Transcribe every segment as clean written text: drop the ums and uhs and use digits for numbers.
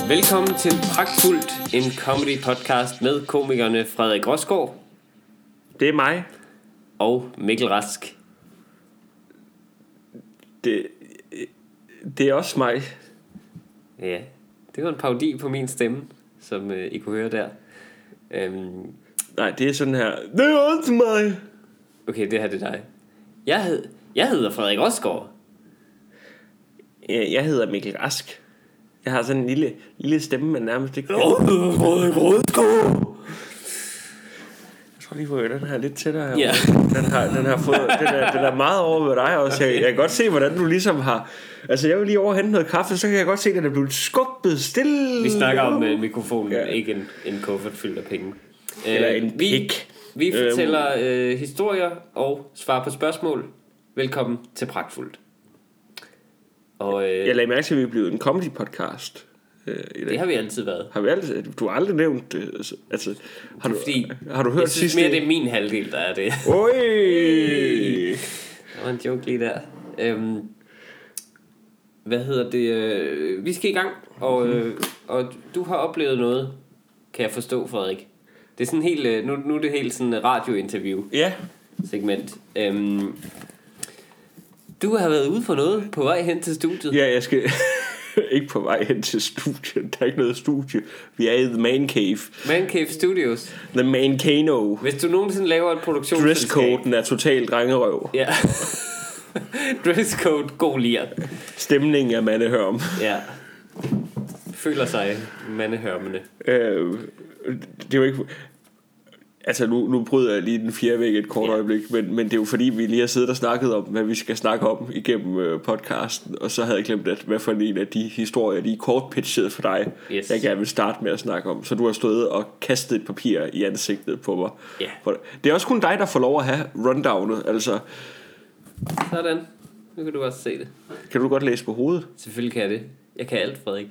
Velkommen til Pragtfuldt, en comedy podcast med komikerne Frederik Rosgaard. Det er mig. Og Mikkel Rask. Det er også mig. Ja, det var en parodi på min stemme, som I kunne høre der. Nej, det er sådan her. Det er også mig. Okay, det her det er dig. Jeg hedder Frederik Rosgaard. Jeg hedder Mikkel Rask. Jeg har sådan en lille stemme, men nærmest ikke. Frederik Rosgaard. Jeg tror lige på den her lidt tættere her. Ja. Den har fået den er meget over ved dig også. Jeg kan godt se hvordan du ligesom har. Altså jeg vil lige over hente noget kaffe, så kan jeg godt se at den er blevet skubbet stille. Vi snakker om mikrofonen, ja. Ikke en kuffert fyldt af penge. Eller en pik. Vi fortæller historier og svarer på spørgsmål. Velkommen til Pragtfuldt. Og jeg lagde mærke til at vi er blevet en comedy podcast. Det har vi altid været. Har vi altid? Du har aldrig nævnt det. Altså, har du hørt jeg synes sidste? mere det er min halvdel der er det. Oj! Der var en joke lige der. Hvad hedder det? Vi skal i gang. Og du har oplevet noget, kan jeg forstå, Frederik. Det er sådan helt nu er det helt sådan radiointerview. Ja. Segment. Du har været ude for noget på vej hen til studiet. Ja, jeg skal ikke på vej hen til studiet. Der er ikke noget studie. Vi er i The Man Cave. Man Cave Studios. The Mancano. Hvis du nogensinde laver et produktionsselskab. Dresscoden er totalt drengerøv. Ja. Dresscode, god lir. Stemningen er mandehørm. Ja. Føler sig mandehørmende. Det er jo ikke. Altså nu bryder jeg lige den fjerde væg et kort øjeblik, men det er jo fordi vi lige har siddet og snakket om hvad vi skal snakke om igennem podcasten, og så havde jeg glemt hvad for en af de historier de er kortpitchet for dig, yes. Jeg gerne vil starte med at snakke om. Så du har stået og kastet et papir i ansigtet på mig. Yeah. Det er også kun dig der får lov at have rundownet. Altså. Sådan. Nu kan du også se det. Kan du godt læse på hovedet? Selvfølgelig kan jeg det. Jeg kan alt, Frederik.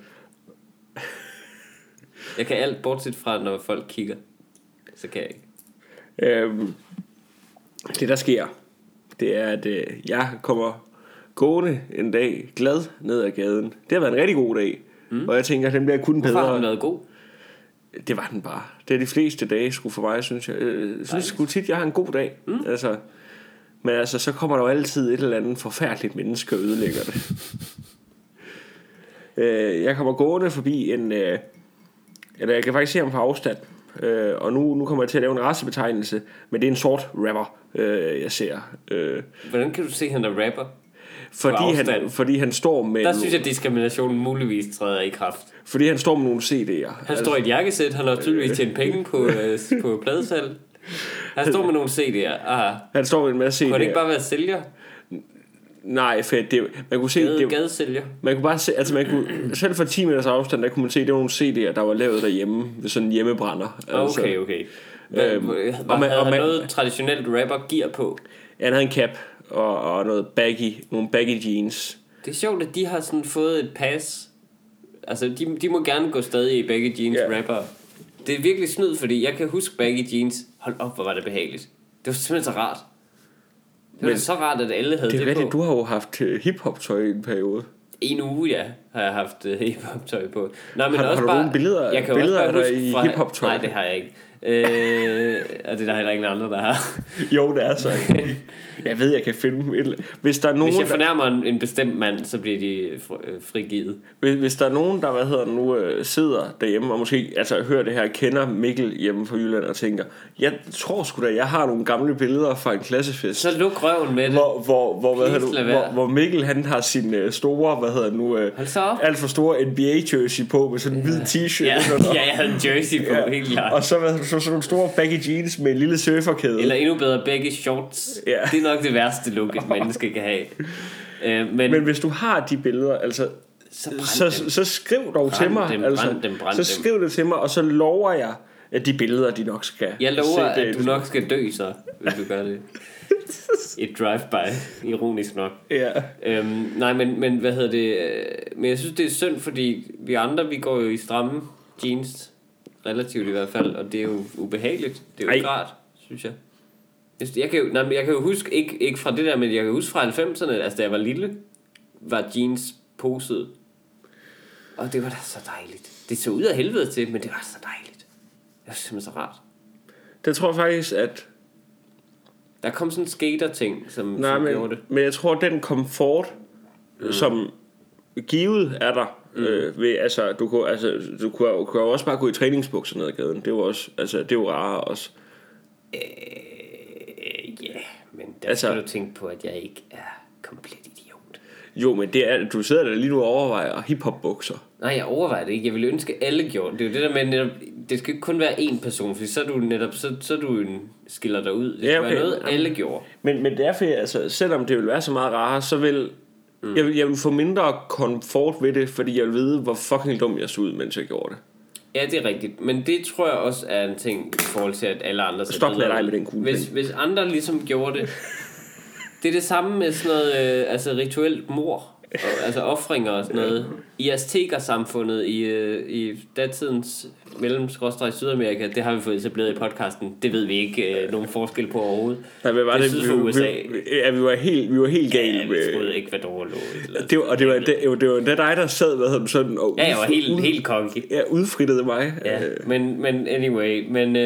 Jeg kan alt bortset fra når folk kigger. Så kan jeg ikke. Det der sker, det er at jeg kommer gående en dag glad ned ad gaden. Det har været en rigtig god dag. Og jeg tænker at den bliver kun bedre. Hvorfor har den været god? Det var den bare. Det er de fleste dage sgu for mig, synes jeg. Jeg synes sgu tit jeg har en god dag. Altså, men altså så kommer der jo altid et eller andet forfærdeligt menneske og ødelægger det. Jeg kommer gående forbi en eller jeg kan faktisk se ham på afstand. Og nu kommer jeg til at lave en racebetegnelse, men det er en sort rapper, jeg ser. Hvordan kan du se, at han er rapper? Fordi han står med. Der synes jeg, at diskriminationen muligvis træder i kraft. Fordi han står med nogle CD'er. Han står i et jakkesæt. Han har tydeligvis tjent penge på pladesalg. Han står med nogle CD'er. Aha. Han står med en masse CD'er. Kunne det ikke bare være sælger? Nej, for det, man kunne se gadesælger. Man kunne bare se, altså man kunne selv for 10 meters afstand der kunne man se det var nogle CD'er der var lavet derhjemme ved sådan en hjemmebrænder. Altså. Okay. Havde han noget traditionelt rapper gear på? Ja, han havde en cap og nogle baggy jeans. Det er sjovt at de har sådan fået et pas. Altså de må gerne gå stadig i baggy jeans, rapper. Det er virkelig snyd, fordi jeg kan huske baggy jeans. Hold op, hvor var det behageligt. Det var simpelthen så rart. Det var så rart at alle havde det rigtigt, på. Du har jo haft hiphop tøj i en periode. En uge, ja, har jeg haft hiphop tøj på. Nej, men har også du bare nogle billeder af dig i hiphop tøj? Nej, det har jeg ikke. Og det er der heller ingen andre der har. Jo, det er så. Jeg ved, jeg kan finde hvis der er nogen, hvis jeg fornærmer en bestemt mand, så bliver de frigivet. Hvis der er nogen der sidder derhjemme og måske altså hører det her, kender Mikkel hjemme fra Jylland og tænker, jeg tror sgu da jeg har nogle gamle billeder fra en klassefest. Så luk røven med det. Hvor Mikkel han har sin store alt for store NBA jersey på med sådan en hvid t-shirt. Ja, jeg havde en jersey på helt klart. Og så sådan nogle store baggy jeans med en lille surferkæde. Eller endnu bedre baggy shorts. Det er nok det værste look et menneske kan have. Men hvis du har de billeder, altså så skriv dog til mig. Så skriv det til mig, og så lover jeg at de billeder de nok skal. Jeg lover at du nok skal dø så, hvis du gør det. Et drive-by, ironisk nok. Nej, men hvad hedder det? Men jeg synes det er synd, fordi vi andre vi går jo i stramme jeans, relativt i hvert fald, og det er jo ubehageligt. Det er jo ikke rart, synes jeg. Jeg kan jo huske ikke fra det der, men jeg kan huske fra 90'erne, altså da jeg var lille, var jeans poset Og det var da så dejligt. Det så ud af helvede til, men det var så dejligt. Det var simpelthen så rart. Det tror jeg faktisk, at... Der kom sådan en skater-ting, som gjorde det. Men jeg tror, den komfort, som givet er der, ved, altså, du kunne jo også bare gå i træningsbukser ned ad gaden. Det var også, altså, det var rarere også. Ja, men der skal du tænke på, at jeg ikke er komplet idiot. Jo, men det er, du sidder der lige nu og overvejer hiphop-bukser. Nej, jeg overvejer det ikke. Jeg ville ønske, alle gjorde det. Det er jo det der med, netop, det skal ikke kun være én person, for så er du netop, så er du skiller dig ud. Det skal være noget, alle gjorde. Men derfor, altså, selvom det vil være så meget rarere, så vil jeg vil få mindre komfort ved det, fordi jeg vil vide, hvor fucking dum jeg så ud, mens jeg gjorde det. Ja, det er rigtigt. Men det tror jeg også er en ting i forhold til, at alle andre... Stop med dig med den kugle. Hvis andre ligesom gjorde det... Det er det samme med sådan noget altså rituelt mord, altså ofringer og sådan noget. I Azteker-samfundet i datidens Sydamerika, det har vi fået etableret i podcasten. Det ved vi ikke nogen forskel på overhovedet. Nej, hvad var det? Syd for USA. Vi var helt gale. Ja, vi troede ikke, hvad dårligt lå. Det var dig, der sad sådan og jeg var helt konge. Ja, udfrittede mig. Ja, men anyway,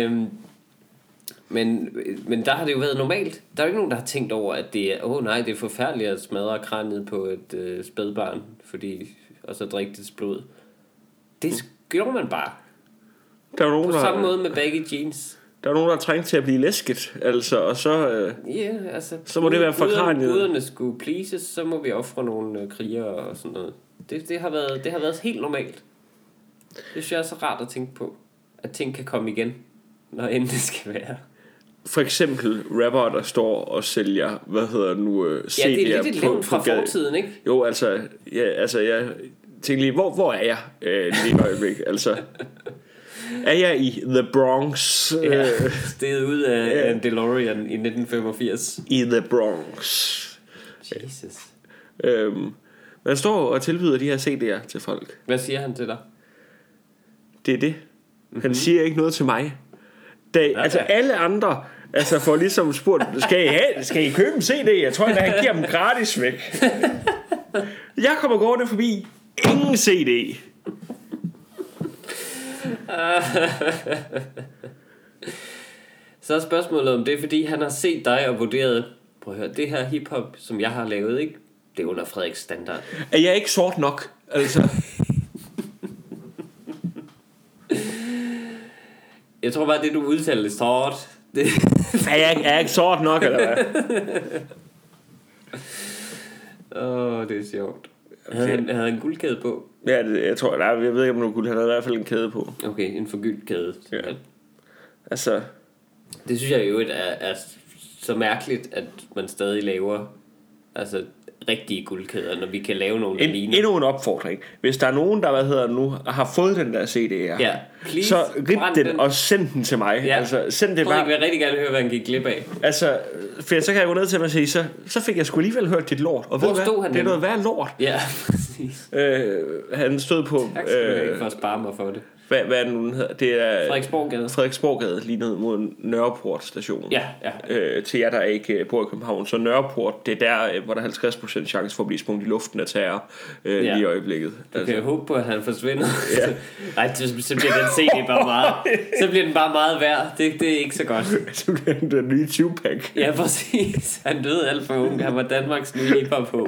men der har det jo været normalt. Der er jo ikke nogen, der har tænkt over, at det er, nej, det er forfærdeligt at smadre kraniet på et spædbarn, og så drikke dets blod. Det gjorde man bare. Der var nogen, på samme måde med baggy jeans. Der var nogen, der trængte til at blive læsket, altså, og så... altså... Så må det være for kraniet. Guderne skulle pleases, så må vi ofre nogle krigere og sådan noget. Det har været helt normalt. Det synes jeg er så rart at tænke på, at ting kan komme igen, når end det skal være. For eksempel rapper, der står og sælger, CD'er. Ja, det er lidt et levn fra fortiden, ikke? Jo, altså, jeg tænkte lige, hvor er jeg lige et øjeblik? Altså, er jeg i The Bronx? Ja, steget ud af en DeLorean i 1985. I The Bronx. Jesus. Man står og tilbyder de her CD'er til folk. Hvad siger han til dig? Det er det. Han siger ikke noget til mig. Altså alle andre får ligesom spurgt, skal I købe en CD? Jeg tror, at han giver dem gratis væk. Jeg kommer gående forbi. Ingen CD. Så er spørgsmålet om det, fordi han har set dig og vurderet, prøv at høre, det her hiphop, som jeg har lavet, ikke? Det er under Frederiks standard. Er jeg ikke sort nok? Altså... Jeg tror bare, det du udtaler sort. Er jeg ikke sort nok, eller hvad? Det er sjovt. Havde han en guldkæde på? Ja, jeg tror, jeg ved ikke om han havde i hvert fald en kæde på. Okay, en forgyldt kæde. Ja. Altså... Det synes jeg jo er så mærkeligt, at man stadig laver rigtige guldkæder, når vi kan lave nogle der ligner. Endnu en opfordring. Hvis der er nogen, der nu har fået den der CD her, så rip den og send den til mig. Ja. Altså, send det bare. Jeg vil rigtig gerne høre, hvad han gik glip af. Altså, for så kan jeg gå ned til mig og sige, så fik jeg sgu alligevel hørt dit lort. Og hvor stod han? Det er noget værd lort. Ja, præcis. Han stod på... Tak skal du for at spare mig for det. Hvad er det nu, den hedder? Det er Frederiksborggade lige ned mod Nørreport station. Ja. Til jer, der ikke bor i København. Så Nørreport, det er der, hvor der er 50% chance for at blive sprunget i luften af terror lige i øjeblikket. Du kan jo håbe på, at han forsvinder. Ja. Nej, så bliver den CD bare meget. Så bliver den bare meget værd. Det er ikke så godt. Så bliver den nye 20-pack. Ja, præcis. Han døde alt for ung. Han var Danmarks nye hiphop på.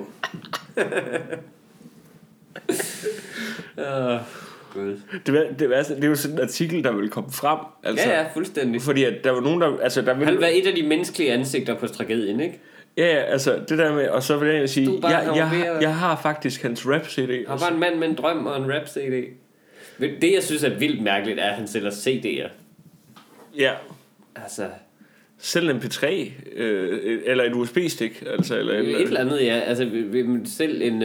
Det er jo sådan en artikel, der vil komme frem. Altså, ja, fuldstændig. Fordi at der var nogen, der... Altså, der ville... Han var et af de menneskelige ansigter på tragedien, ikke? Ja, altså det der med... Og så vil jeg sige, jeg har faktisk hans rap-CD. Han var en mand med en drøm og en rap-CD. Det, jeg synes er vildt mærkeligt, er, at han sælger CD'er. Ja. Altså... Selv en MP3 eller et USB-stik, altså eller et eller andet, ja. Altså selv en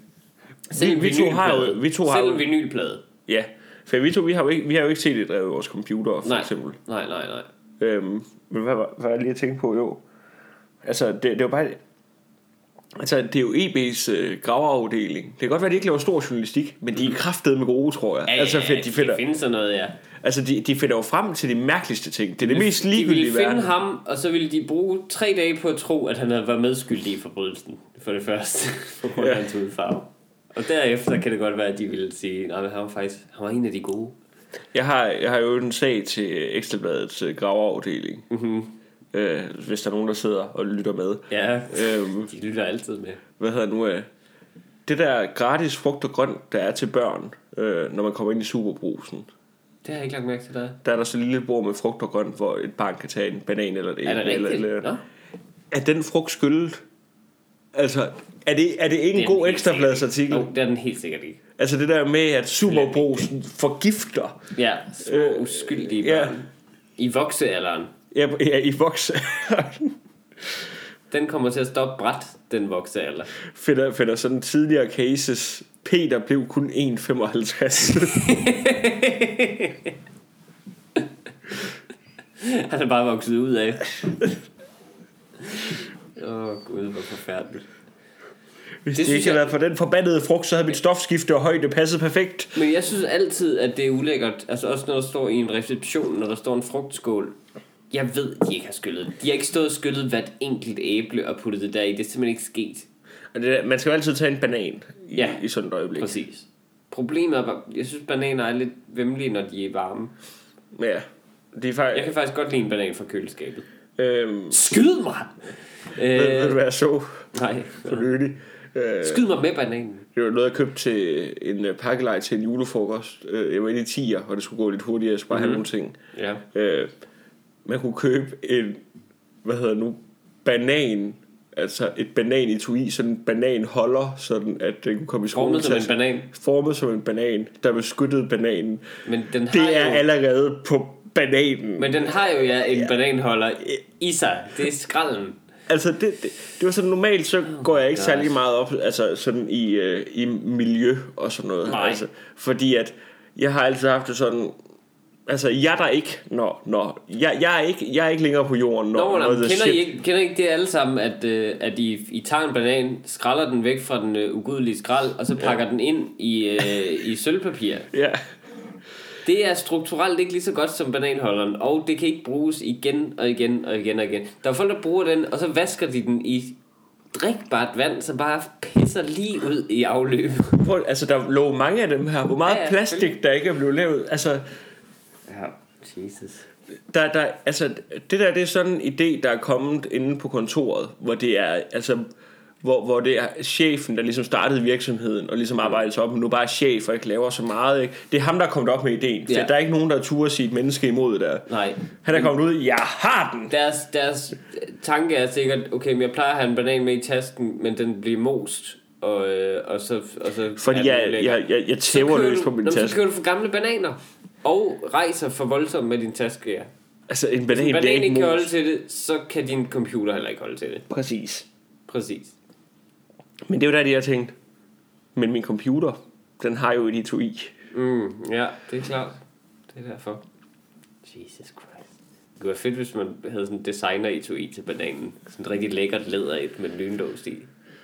en vinylplade. Ja, for vi har jo ikke CD-drevet vores computer for eksempel. Nej. Men hvad var jeg lige at tænke på, jo. Altså det var bare... Altså det er jo EB's graveafdeling. Det kan godt være, at de ikke laver stor journalistik, men de er kraftedeme gode, tror jeg. Ja, altså, de finder sådan noget, ja. Altså de finder jo frem til de mærkeligste ting. Det er det mest ligegyldige i verden. De ville finde ham, og så ville de bruge 3 dage på at tro, at han havde været medskyldig i forbrydelsen. For det første, på grund af hans hudfarve. Og derefter kan det godt være, at de ville sige, nej, han var en af de gode. Jeg har jo en sag til Ekstrabladets graveafdeling. Hvis der er nogen, der sidder og lytter med. Ja, de lytter altid med. Hvad hedder nu? Det der gratis frugt og grønt, der er til børn, når man kommer ind i Superbrusen. Det har jeg ikke lagt mærke til dig. Der er der så et lille bord med frugt og grønt, hvor et barn kan tage en banan eller det. Er det rigtigt? Eller, er den frugt skyllet? Altså, er det ikke en god Ekstrabladsartikel? Jo, det er den helt sikkert ikke. Altså det der med, at Superbrusen forgifter. Ja, små uskyldige børn. I voksealderen. Ja, i voksealderen. Den kommer til at stoppe bræt, den voksealder. Finder sådan tidligere cases. Peter blev kun 1,55. Han er bare vokset ud af. Gud, hvor forfærdeligt. Hvis det ikke havde været for den forbandede frugt, så havde mit stofskifte og højde passet perfekt. Men jeg synes altid, at det er ulækkert. Altså også når der står i en reception, når der står en frugtskål. Jeg ved, de ikke har skyllet. De har ikke stået og skyllet hvert enkelt æble og puttet det der i. Det er simpelthen ikke sket. Og man skal jo altid tage en banan i sådan et øjeblik. Præcis. Problemet er bare, jeg synes bananer er lidt vemmelige, når de er varme. Ja. Det er faktisk... Jeg kan faktisk godt lide en banan fra køleskabet. Skyd mig! Ved du hvad jeg så? Nej. For nylig. Skyd mig med bananen. Det var noget jeg købte til en pakkelej til en julefrokost. Jeg var inde i 10'er, og det skulle gå lidt hurtigere. Jeg skulle bare have nogle ting. Ja. Man kunne købe en banan. Altså et bananetui, sådan en bananholder, sådan at den kunne komme i skole. Formet som en banan. Formet som en banan, der beskyttede bananen. Men den har det er allerede på bananen. Men den har jo en bananholder i sig. Det er skralden. Altså det var sådan normalt, så går jeg ikke særlig meget op, altså sådan i miljø og sådan noget. Nej. Altså, fordi at jeg har altid haft det sådan. Altså jeg der ikke jeg er ikke længere på jorden kender I ikke det alle sammen at I tager en banan, skralder den væk fra den ugudelige skrald, og så pakker den ind i sølvpapir. Ja. Det er strukturelt ikke lige så godt som bananholderen, og det kan ikke bruges igen og igen og igen og igen. Der er folk der bruger den, og så vasker de den i drikbart vand, så bare pisser lige ud i afløbet. Altså der lå mange af dem her. Hvor meget plastik der ikke er blevet lavet. Altså ja, Jesus. Altså det der, det er sådan en idé, der er kommet inde på kontoret, hvor det er altså hvor det er chefen, der ligesom startede virksomheden og ligesom arbejdede sig op, men nu bare er chef og ikke laver så meget, ikke? Det er ham, der er kommet op med ideen. Ja. Der er ikke nogen, der turde sige et menneske imod der. Nej. Han er kommet ud, jeg har den. Deres tanke er sikkert, okay, men jeg plejer at have en banan med i tasken, men den bliver most. Og så fordi jeg tæver løs på min taske. Så kører du for gamle bananer og rejser for voldsomt med din taske, ja. Altså en banan, hvis en banan ikke kan holde til det, så kan din computer heller ikke holde til det. Præcis. Men det er jo der, de har tænkt. Men min computer, den har jo et etui. Ja, det er klart. Det er derfor. Jesus Christ. Det kunne være fedt, hvis man havde sådan en designer etui til bananen. Sådan et rigtig lækkert læder et med lynlås i.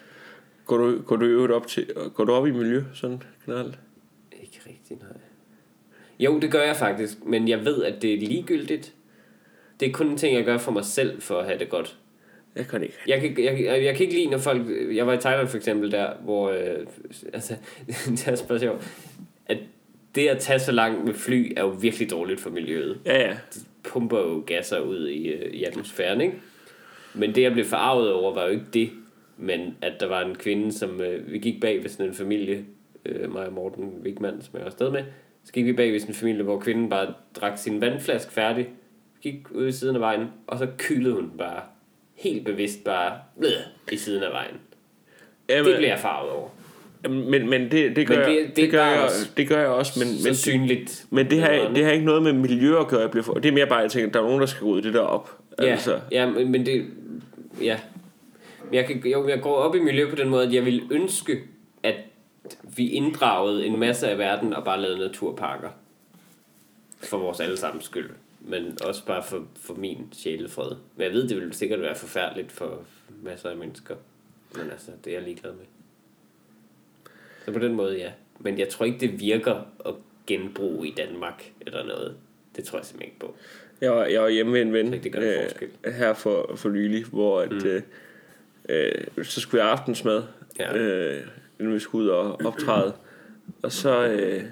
Går du op i miljø sådan generelt? Ikke rigtig, nej. Jo, det gør jeg faktisk, men jeg ved, at det er ligegyldigt. Det er kun en ting, jeg gør for mig selv, for at have det godt. Jeg kan ikke. Jeg kan ikke lide, når folk... Jeg var i Thailand for eksempel der, hvor... altså, det er så sjovt, at det at tage så langt med fly, er jo virkelig dårligt for miljøet. Ja. De pumper jo gasser ud i atmosfæren, ikke? Men det, jeg blev forarvet over, var jo ikke det, men at der var en kvinde, som... vi gik bag ved sådan en familie, mig og Morten Wigman, som jeg var afsted med, så gik vi bag ved sådan en familie, hvor kvinden bare drak sin vandflaske færdig, gik ud i siden af vejen, og så kylede hun bare helt bevidst bare i siden af vejen. Jamen, det bliver jeg farvet over. Men det gør jeg også. Men synligt. Men det har ikke noget med miljø at gøre. Det er mere bare, jeg tænker, at der er nogen, der skal rydde det der op. Ja, altså. Ja, men det... Ja. Jeg går op i miljø på den måde, at jeg vil ønske, at vi inddragede en masse af verden og bare lavede naturparker. For vores allesammens skyld. Men også bare for min sjælefred. Men jeg ved, det ville sikkert være forfærdeligt for masser af mennesker. Men altså, det er jeg ligeglad med. Så på den måde, ja. Men jeg tror ikke, det virker at genbruge i Danmark eller noget. Det tror jeg simpelthen ikke på. Jeg var hjemme med en ven her for nylig, hvor at, så skulle jeg aftensmad. Ja. inden vi skulle ud og optræde. Og så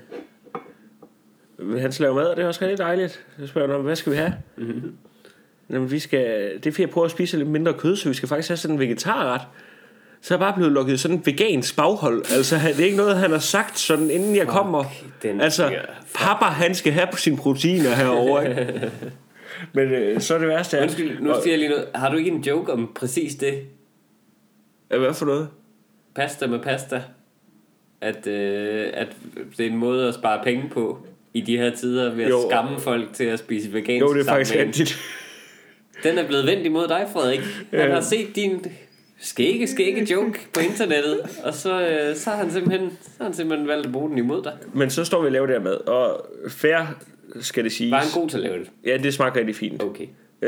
vil han lave mad, og det er også rigtig dejligt. Så spørger han om, hvad skal vi have? Mm-hmm. Jamen, det er fordi jeg prøver at spise lidt mindre kød, så vi skal faktisk have sådan en vegetarret. Så er jeg bare blevet lukket sådan en vegansk baghold. Altså, det er ikke noget, han har sagt sådan, inden jeg kommer. Altså, pappa, han skal have sine proteiner herovre. Men så er det værste. Undskyld, nu siger jeg lige noget. Har du ikke en joke om præcis det? Hvad for noget? Pasta med pasta. At det er en måde at spare penge på i de her tider ved at skamme folk til at spise vegansk. Jo, det er faktisk rigtigt. Den er blevet vendt imod dig, Frederik. Han har set din skægge joke på internettet, og så har han simpelthen valgt at bruge den imod dig. Men så står vi og laver det her mad, og fair skal det siges. Var han god til at lave det? Ja, det smager rigtig fint. Okay.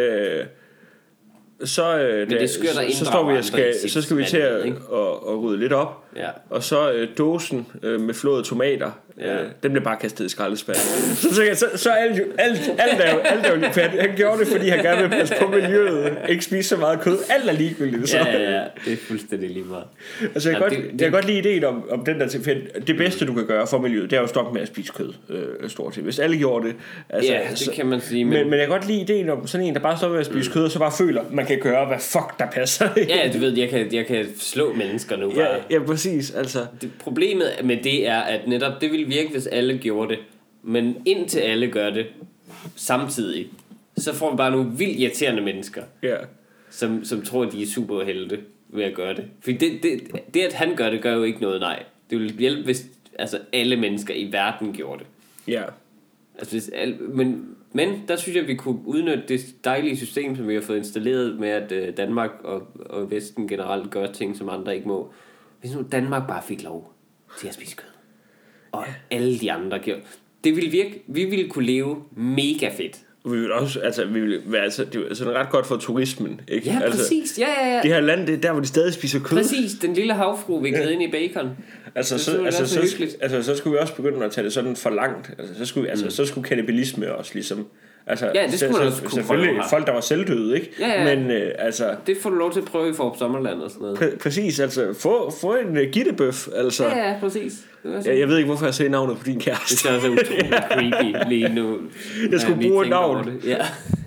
Så står vi så skal vi til at rydde lidt op. Ja. Og så dåsen med flåede tomater, den blev bare kastet i skraldespanden. Så alt er jo lidt. Han gjorde det, fordi han gerne vil passe på miljøet, ikke spise så meget kød. Alt er ligegyldigt. Så. Ja, det er fuldstændig lige meget. Altså jeg kan godt lide ideen om den der til. Det bedste du kan gøre for miljøet, det er jo at stoppe med at spise kød stort set. Hvis alle gjorde det. Altså, ja, det kan man sige. Men jeg kan godt lide ideen om sådan en, der bare stopper med at spise kød, og så bare føler, man kan gøre hvad fuck der passer. Ja, du ved, jeg kan slå mennesker nu bare. Ja, præcis. Altså. Problemet med det er, at netop det ville virke, hvis alle gjorde det. Men indtil alle gør det samtidig, så får vi bare nogle vildt irriterende mennesker, som tror, de er superhelte ved at gøre det. For det at han gør det, gør jo ikke noget, nej. Det ville hjælpe, hvis alle mennesker i verden gjorde det. Ja. Altså, men der synes jeg, vi kunne udnytte det dejlige system, som vi har fået installeret med, at Danmark og Vesten generelt gør ting, som andre ikke må. Hvis nu Danmark bare fik lov til at spise kød, og alle de andre gjorde, det ville virke. Vi ville kunne leve mega fedt. Vi vil også, vi vil være det er sådan ret godt for turismen, ikke? Ja, præcis. Ja. Det her land, det er der, hvor de stadig spiser kød. Præcis, den lille havfru viklet ind i bacon. Så skulle vi også begynde at tage det sådan for langt. Så skulle kannibalisme også ligesom. Altså, ja, det skulle man også kunne selvfølgelig folk, der var selvdøde, ikke? Ja. Men det får du lov til at prøve i Forop Sommerland og sådan noget. Præcis, altså få en gittebøf, altså. Ja, præcis. Jeg ved ikke, hvorfor jeg sagde navnet på din kæreste. Det er så utroligt creepy lige nu. Jeg skulle bruge et navn. Ja.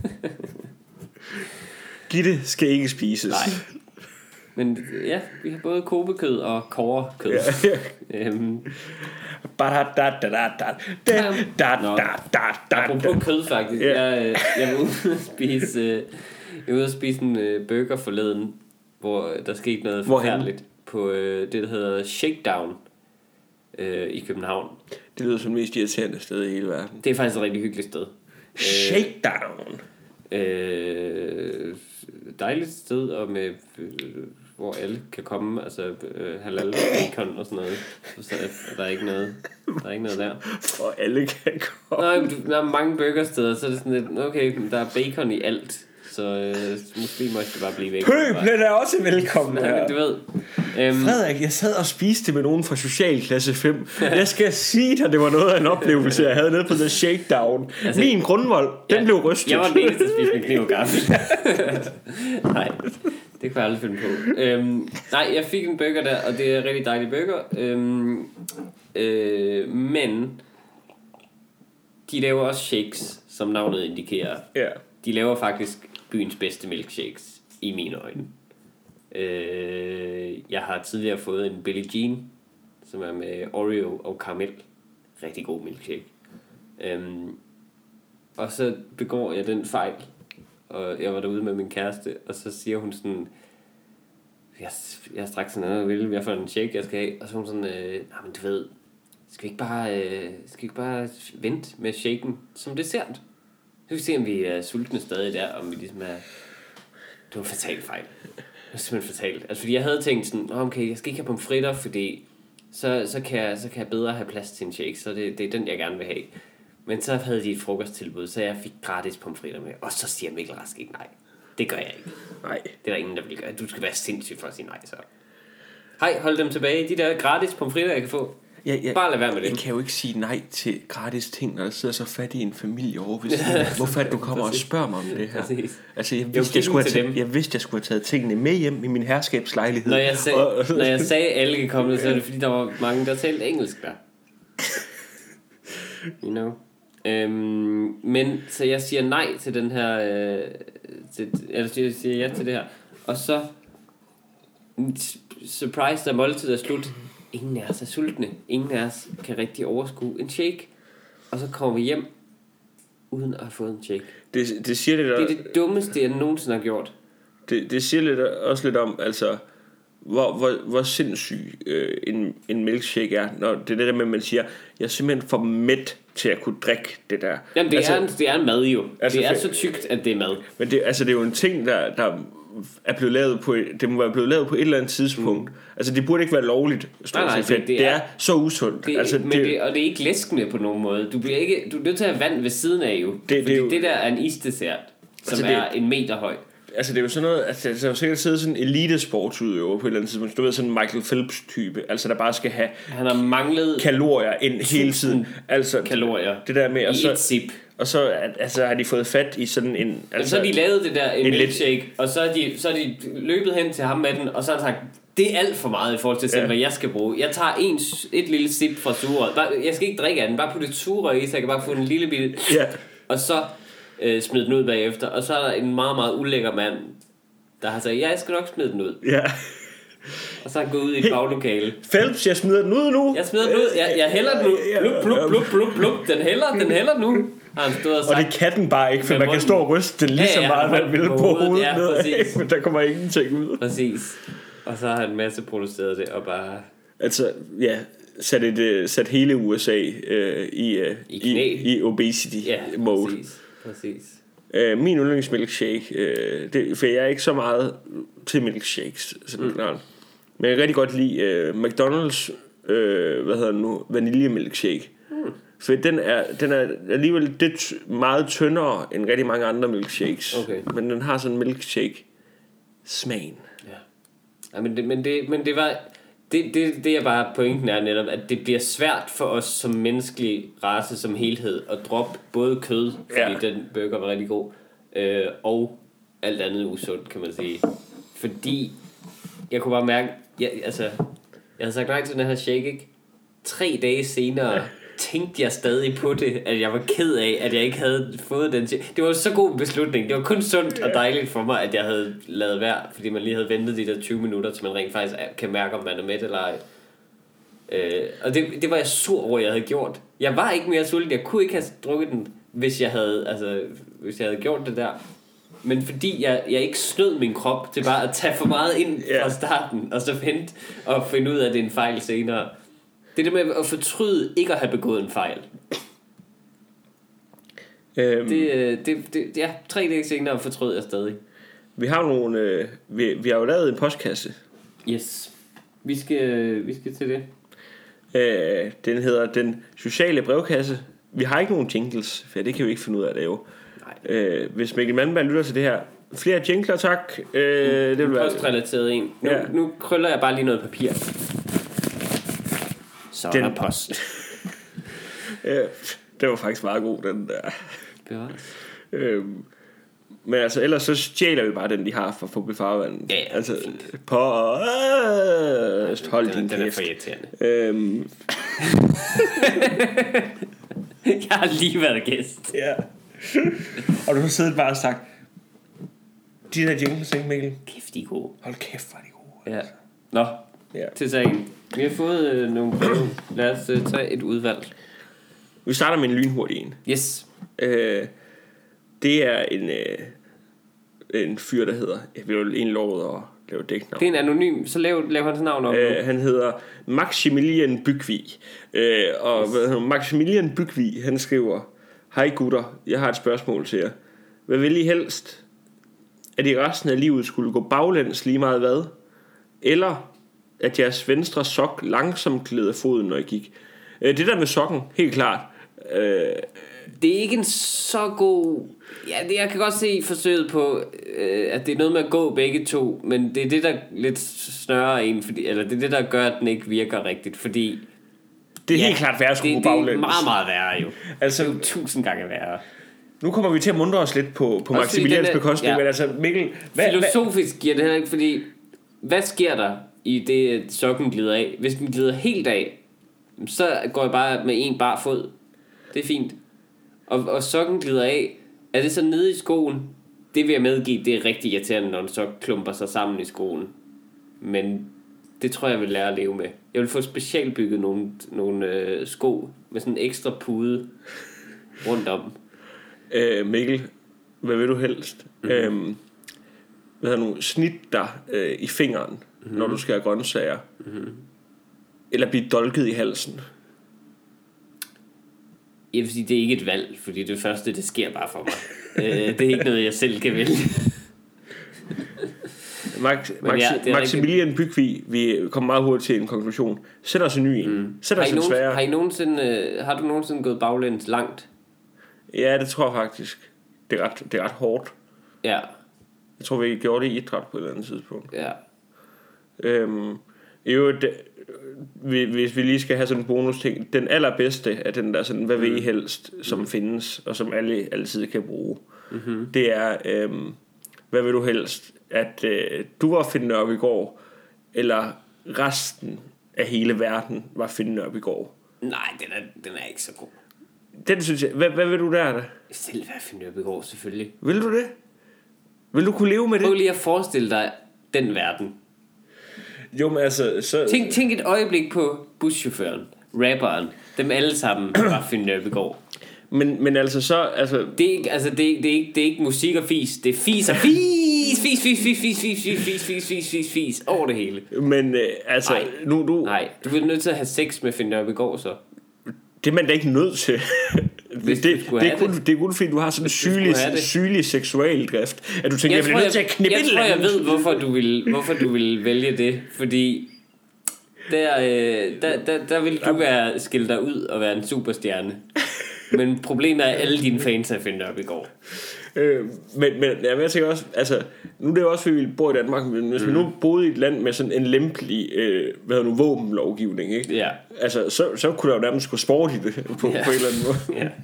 Gitte skal ikke spises. Nej. Men ja, vi har både kobekød og kårekød. Apropos kød faktisk. Jeg var ude at spise en burger forleden, hvor der skete noget forfærdeligt på det, der hedder Shakedown i København. Det lyder som det mest irriterende sted i hele verden. Det er faktisk et rigtig hyggeligt sted. Shakedown. Dejligt sted, og med hvor alle kan komme, altså halal bacon og sådan noget. Så der er ikke noget der. Hvor alle kan komme. Nej, der er mange burgersteder, så er det sådan lidt, okay, der er bacon i alt, så muslimer skal bare blive væk. Pøblen er også velkommen her. Ja, du ved. Frederik, jeg sad og spiste med nogen fra socialklasse 5. Jeg skal sige dig, det var noget af en oplevelse, jeg havde nede på The Shakedown. Altså, min grundvold, den blev rystet. Jeg var den eneste, der spiste med kniv og gaffel. Nej, det kunne jeg aldrig finde på. Nej, jeg fik en burger der, og det er en rigtig dejlig burger. Men de laver også shakes, som navnet indikerer. Ja. De laver faktisk byens bedste milkshakes, i mine øjne. Jeg har tidligere fået en Billie Jean, som er med Oreo og karamel. Rigtig god milkshake. Og så begår jeg den fejl, og jeg var derude med min kæreste, og så siger hun sådan, jeg har straks sådan noget, jeg får en shake, jeg skal have, og så hun sådan, men du ved, skal vi ikke bare vente med shaken som dessert? Så kan vi se, om vi er sultne stadig der, om vi ligesom er. Det var en fatal fejl. Det var simpelthen fatalt. Altså fordi jeg havde tænkt sådan, okay, jeg skal ikke have pomfritter, fordi så kan jeg bedre have plads til en shake, så det er den, jeg gerne vil have. Men så havde de et frokosttilbud, så jeg fik gratis pomfritter med, og så siger Mikkel Rask ikke nej. Det gør jeg ikke. Nej. Det er der ingen, der vil gøre. Du skal være sindssyg for at sige nej, så. Hej, hold dem tilbage. De der gratis pomfritter, jeg kan få. Bare lad være med det. Jeg kan jo ikke sige nej til gratis ting, når der sidder så fat i en familie over. Hvorfor at du kommer og spørger mig om det her? Altså, jeg vidste, jeg skulle have taget tingene med hjem i min herskabslejlighed. Når jeg sagde alle kan komme, så er det fordi, der var mange, der talte engelsk der. You know. Men så jeg siger nej til den her jeg siger ja til det her. Og så surprise, da måltidet er slut. Ingen af os er sultne. Ingen af os kan rigtig overskue en shake. Og så kommer vi hjem uden at have fået en shake. Det siger lidt. Det er det dummeste jeg nogensinde har gjort. Det siger lidt, også lidt om altså hvor sindssyg en milkshake er. Når det er det der med, at man siger, jeg er simpelthen for mæt til at kunne drikke det der. Jamen det er en mad jo. Altså, det er så tykt, at det er mad. Men det er jo en ting, der er blevet lavet på, det må være blevet lavet på et eller andet tidspunkt. Altså det burde ikke være lovligt. Nej, det er så usundt. Og det er ikke læskende på nogen måde. Du er nødt til at have vand ved siden af jo. Det der er en isdessert, som altså er en meter høj. Altså det er jo sådan noget, altså der er jo sikkert siddet sådan en elitesportsudøver på et eller andet tidspunkt. Du ved, sådan en Michael Phelps type, altså der bare skal have han har manglet kalorier ind hele tiden. Altså kalorier det der med, i et sip. Og så altså, har de fået fat i sådan en... Altså, så har de lavet det der en milkshake, og så er de løbet hen til ham med den, og så har han sagt, det er alt for meget i forhold til, hvad jeg skal bruge. Jeg tager et lille sip fra sugerøret. Jeg skal ikke drikke af den, bare putte et sugerør i, så jeg kan bare få en lille bitte. Og så smide den ud bagefter. Og så er der en meget, meget ulækker mand, der har sagt, jeg skal nok smide den ud. Ja. Og så er han gået ud i et baglokale. Phelps, jeg smider den ud nu. Jeg smider den ud. Jeg hælder den ud. Plup. Den hælder nu. Og det kan den bare ikke, for man kan stå og ryste den lige så meget, man vil på hovedet. Men der kommer ingenting ud. Præcis. Og så har han masse produceret det og bare... Altså, ja, sat hele USA i obesity mode. Præcis. Min yndlingsmilkshake, for jeg er ikke så meget til milkshakes, sådan klart. Men jeg kan rigtig godt lide McDonald's, vaniljemilkshake. For den er alligevel lidt meget tyndere end rigtig mange andre milkshakes. Okay. Men den har sådan en milkshake smagen. Ja, men det var det er bare pointen er netop, at det bliver svært for os som menneskelig race som helhed at droppe både kød, fordi den burger var rigtig god, og alt andet usundt, kan man sige. Fordi jeg kunne bare mærke, jeg havde sagt nej til den her shake, ikke? 3 dage senere tænkte jeg stadig på det, at jeg var ked af, at jeg ikke havde fået den. Det var så god en beslutning. Det var kun sundt og dejligt for mig, at jeg havde lavet være, fordi man lige havde ventet de der 20 minutter, til man rent faktisk kan mærke, om man er mæt eller ej. Og det var jeg sur over, jeg havde gjort. Jeg var ikke mere sulten. Jeg kunne ikke have drukket den, hvis jeg havde gjort det der. Men fordi jeg ikke snød min krop til bare at tage for meget ind fra starten, og så vente og finde ud af, at det er en fejl senere. Det er det med at fortryde ikke at have begået en fejl. 3 dage senere fortrød jeg stadig. Vi har nogle vi har jo lavet en postkasse. Yes. Vi skal til det. Den hedder Den Sociale Brevkasse. Vi har ikke nogen jingles, for det kan vi ikke finde ud af at lave. Hvis Mikkel Malmberg lytter til det her, flere jingler, tak. Det vil være postrelateret en. Nu krøller jeg bare lige noget papir. Så den er post. Det var faktisk meget god, den der. Men altså, ellers så stjæler vi bare den, de har for Fubi Farvand. Ja, altså, hold din den er for irriterende. Jeg har lige været gæst. Ja. Og du har siddet bare og sagt, de der jingles, ikke Mikkel? Kæft, de er gode. Hold kæft, hvor er de gode. Altså. Ja. Nå, til sagen. Vi har fået nogle breve. Lad os tage et udvalg. Vi starter med en lynhurtig en. Yes. Det er en fyr, der hedder... Jeg vil jo egentlig love at lave dæknavn. Det er en anonym, så lav hans navn op. Han hedder Maximilian Bygvig. Maximilian Bygvig, han skriver: Hej gutter, jeg har et spørgsmål til jer. Hvad vil I helst? At I resten af livet skulle gå baglæns lige meget hvad? Eller at jeres venstre sok langsomt gled af foden, når I gik? Det der med sokken, helt klart. Det er ikke en så god... Ja, jeg kan godt se forsøget på, at det er noget med at gå begge to, men det er det, der lidt snører en, eller det er det, der gør, at den ikke virker rigtigt, fordi Det er helt klart værre at skulle gå baglæns. Det er meget, meget værre jo. Altså, det er jo 1000 gange værre. Nu kommer vi til at mundre os lidt på Maximilians bekostning, men altså Mikkel... Filosofisk giver det her ikke, fordi hvad sker der i det, sokken glider af? Hvis den glider helt af, så går jeg bare med en bar fod. Det er fint. Og sokken glider af, er det så nede i skoen? Det vil jeg medgive, det er rigtig irriterende, når en sok klumper sig sammen i skoen. Men det tror jeg vil lære at leve med. Jeg vil få specialbygget nogle sko med sådan en ekstra pude rundt om. Mikkel, hvad vil du helst? Hvad hedder nu? Snit dig i fingeren, når du skærer grøntsager. Eller blive dolket i halsen. Jeg vil sige, det er ikke et valg, fordi det første, det sker bare for mig. Det er ikke noget, jeg selv kan vælge. Maximilian Bygvig, vi kommer meget hurtigt til en konklusion. Sæt os en ny en. Sæt os en sværere. Har du nogensinde gået baglæns langt? Ja, det tror jeg faktisk. Det er ret hårdt. Ja. Jeg tror, vi gjorde det i idræt på et eller andet tidspunkt. Ja. Hvis vi lige skal have sådan en bonus ting, den allerbedste af den der sådan, hvad vil I helst, som findes, og som alle altid kan bruge, det er, hvad vil du helst, at du var Finn Nørbegaard, eller resten af hele verden var Finn Nørbegaard? Nej, den er ikke så god. Den synes jeg, hvad vil du der? Selv være Finn Nørbegaard, selvfølgelig. Vil du det? Vil du kunne leve med det? Prøv lige at forestille dig den verden. Jo, men altså så... Tænk et øjeblik på buschaufføren, rapperen. Dem alle sammen var Finn Nørbegaard. Men altså så... Altså... Det er ikke musik og fis. Det er fis og fis over det hele. Men altså... Nej, du bliver nødt til at have sex med Finn Nørbegaard så. Det er man da ikke nødt til. Det er kun fordi du har sådan en sygelig seksualdrift, at du tænker, jeg bliver nødt til at knippe et eller andet. Jeg ved hvorfor du vil vælge det, fordi der vil du være skilt dig ud og være en superstjerne. Men problemet er, at alle dine fans er Finn Nørbegaard. Men jeg tænker også, altså nu er det jo også fordi vi bor i Danmark, men hvis vi nu boede i et land med sådan en lempelig våbenlovgivning, ikke? Ja. Altså så kunne der jo nærmest gå sport i det på en eller anden måde. Ja.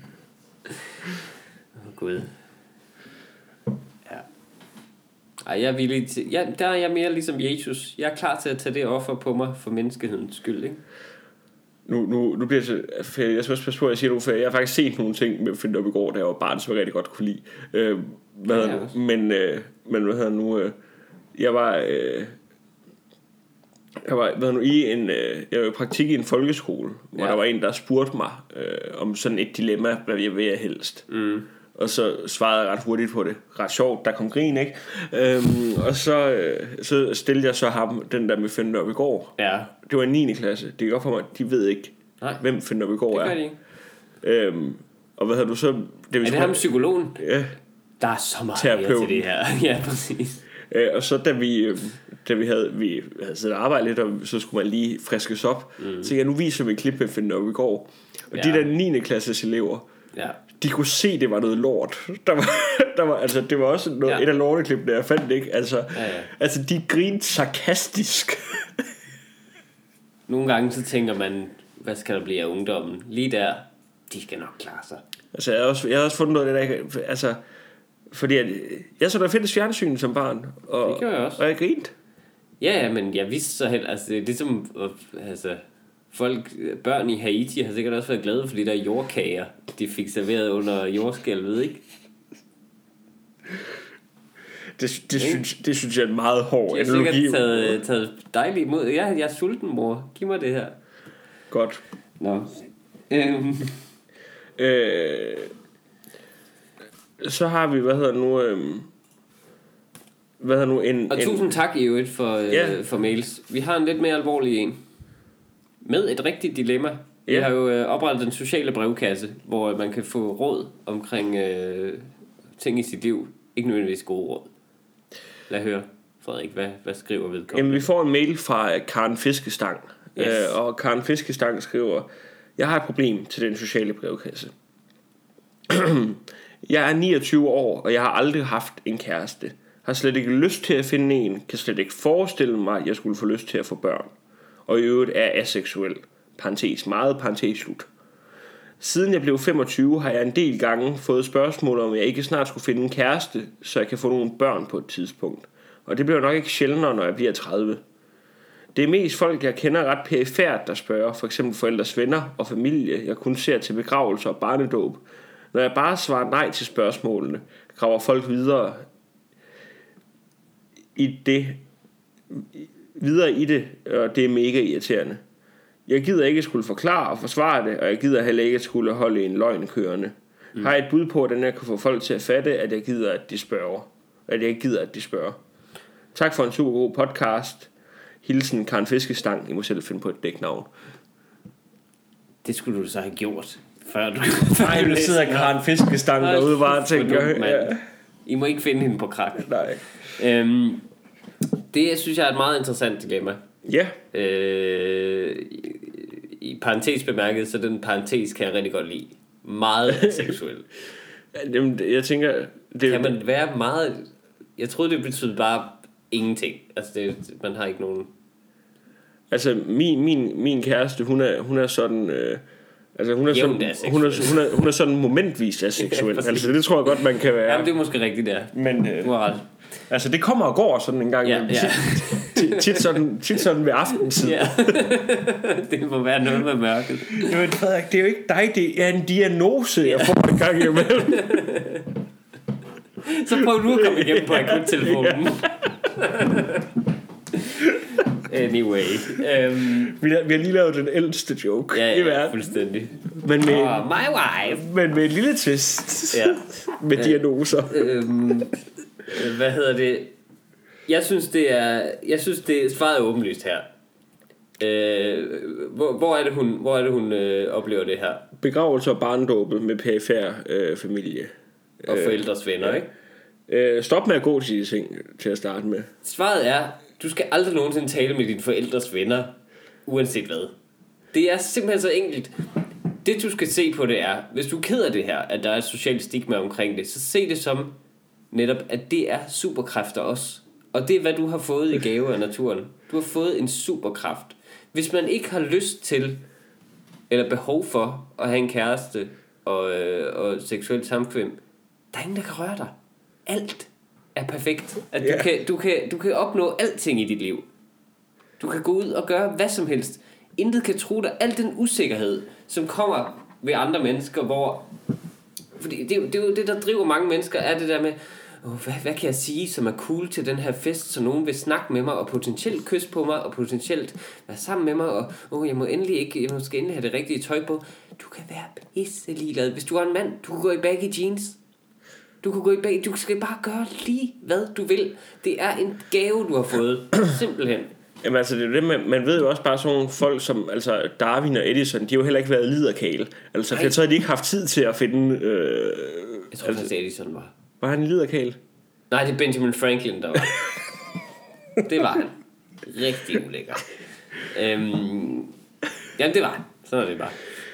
Gud. Ja. Ej, jeg er villig til, der er jeg mere ligesom Jesus. Jeg er klar til at tage det offer på mig for menneskehedens skyld, ikke? Nu bliver det, jeg skal også passe på, at jeg siger nu, for jeg har faktisk set nogle ting med Finn Nørbegaard, der jeg var barn, som jeg rigtig godt kunne lide. Men hvad hedder nu, jeg var i praktik i en folkeskole, hvor der var en, der spurgte mig om sådan et dilemma, hvad jeg vil helst. Og så svarede jeg ret hurtigt på det. Ret sjovt, der kom grin, ikke? Og så stillede jeg så ham den der med Finn Nørbegaard. Ja. Det var i 9. klasse. Det er godt for mig, de ved ikke, hvem Finn Nørbegaard er. Det gør de ikke. Og hvad havde du så... Er det ham psykologen? Ja. Der er så meget mere til det her. Ja, præcis. Og så da vi havde siddet og arbejdet lidt, og så skulle man lige friskes op, så nu viser vi et klip med Finn Nørbegaard. Og de der 9. klasses elever, de kunne se, det var noget lort. Der var altså, det var også noget, et af lorteklippene, jeg fandt ikke. Altså, altså de grinede sarkastisk. Nogle gange så tænker man, hvad skal der blive af ungdommen? Lige der, de skal nok klare sig. Altså jeg har også fundet noget af det der, altså, fordi jeg så der findes fjernsyn som barn, og det gjorde jeg også. Og jeg grinte. Ja, men jeg vidste så helt, altså det er som, altså børn i Haiti har sikkert også været glade for de der jordkager, de fik serveret under jordskælvet, ikke? Det synes jeg er en meget hård analogi. Jeg har sikkert taget dejligt imod. Jeg er sulten, mor. Giv mig det her. Godt. Nå. Så har vi, Og tusind tak i øvrigt for mails. Vi har en lidt mere alvorlig en. Med et rigtigt dilemma. Vi har jo oprettet den sociale brevkasse, hvor man kan få råd omkring ting i sit liv. Ikke nødvendigvis gode råd. Lad høre, Frederik, hvad skriver vedkommende? Jamen, vi får en mail fra Karen Fiskestang. Yes. Og Karen Fiskestang skriver: jeg har et problem til den sociale brevkasse. Jeg er 29 år, og jeg har aldrig haft en kæreste. Har slet ikke lyst til at finde en. Kan slet ikke forestille mig, at jeg skulle få lyst til at få børn. Og i øvrigt er aseksuel. parentes meget, parentes slut. Siden jeg blev 25, har jeg en del gange fået spørgsmål om jeg ikke snart skulle finde en kæreste, så jeg kan få nogle børn på et tidspunkt. Og det bliver nok ikke sjældnere, når jeg bliver 30. Det er mest folk, jeg kender ret perifært, der spørger, for eksempel forældres venner og familie, jeg kun ser til begravelser og barnedåb. Når jeg bare svarer nej til spørgsmålene, graver folk videre i det, og det er mega irriterende. Jeg gider ikke skulle forklare og forsvare det, og jeg gider heller ikke skulle holde en løgn kørende. Har jeg et bud på, hvordan jeg kan få folk til at fatte, at jeg gider, at de spørger. At jeg ikke gider, at de spørger. Tak for en super god podcast. Hilsen Karen Fiskestang. I må selv finde på et dæknavn. Det skulle du så have gjort, før du... Nej, du sidder Karen Fiskestang derude bare og tænker... Ja. I må ikke finde hende på krak. Nej. Det synes jeg er et meget interessant dilemma. Ja. I parentes bemærket, så den parentes kan jeg rigtig godt lide. Meget seksuel. Jeg tænker... Kan man være meget... Jeg troede, det betød bare ingenting. Altså, man har ikke nogen... Altså, min kæreste, hun er sådan... Altså hun er sådan momentvis aseksuel. Altså det tror jeg godt man kan være. Jamen det er måske rigtigt der. Men du har ret. Altså det kommer og går sådan en gang. Ja. tit sådan ved aftentid. Ja. Det må være noget med mørket. Jamen Frederik, det er jo ikke dig, det er en diagnose jeg får en gang imellem. Så prøv nu at komme igennem på akuttelefonen. Anyway. Vi har lige lavet den ældste joke i verden. Ja, fuldstændig. Men med, my wife. Men med en lille twist. Med diagnoser. Hvad hedder det? Jeg synes det er svaret er åbenlyst her. Hvor er det hun oplever det her? Begravelse og barndåbe med perifær familie. Og forældres venner, ikke? Stop med at gå til de ting til at starte med. Svaret er, du skal aldrig nogensinde tale med dine forældres venner, uanset hvad. Det er simpelthen så enkelt. Det du skal se på det er, hvis du er ked af det her, at der er et socialt stigma omkring det, så se det som netop, at det er superkræfter også. Og det er hvad du har fået i gave af naturen. Du har fået en superkraft. Hvis man ikke har lyst til eller behov for at have en kæreste og seksuelt samkvem, der er ingen der kan røre dig. Alt er perfekt. At du kan opnå alting i dit liv. Du kan gå ud og gøre hvad som helst. Intet kan true dig. Al den usikkerhed, som kommer ved andre mennesker, hvor... Fordi det er jo det, der driver mange mennesker, er det der med... Hvad kan jeg sige, som er cool til den her fest, så nogen vil snakke med mig, og potentielt kysse på mig, og potentielt være sammen med mig, og jeg skal endelig have det rigtige tøj på. Du kan være pisse ligeglad. Hvis du er en mand, du kan gå i baggy jeans. Du skal bare gøre lige, hvad du vil. Det er en gave, du har fået. Simpelthen. Jamen altså, det er det, man ved jo også bare sådan nogle folk som altså Darwin og Edison, de har jo heller ikke været liderkæle. Altså, for jeg tror, de ikke har haft tid til at finde... jeg tror faktisk, Edison var. Var han en liderkæle? Nej, det er Benjamin Franklin, der var. Det var han. Rigtig ulækker. Jamen, det var han. Sådan er det bare.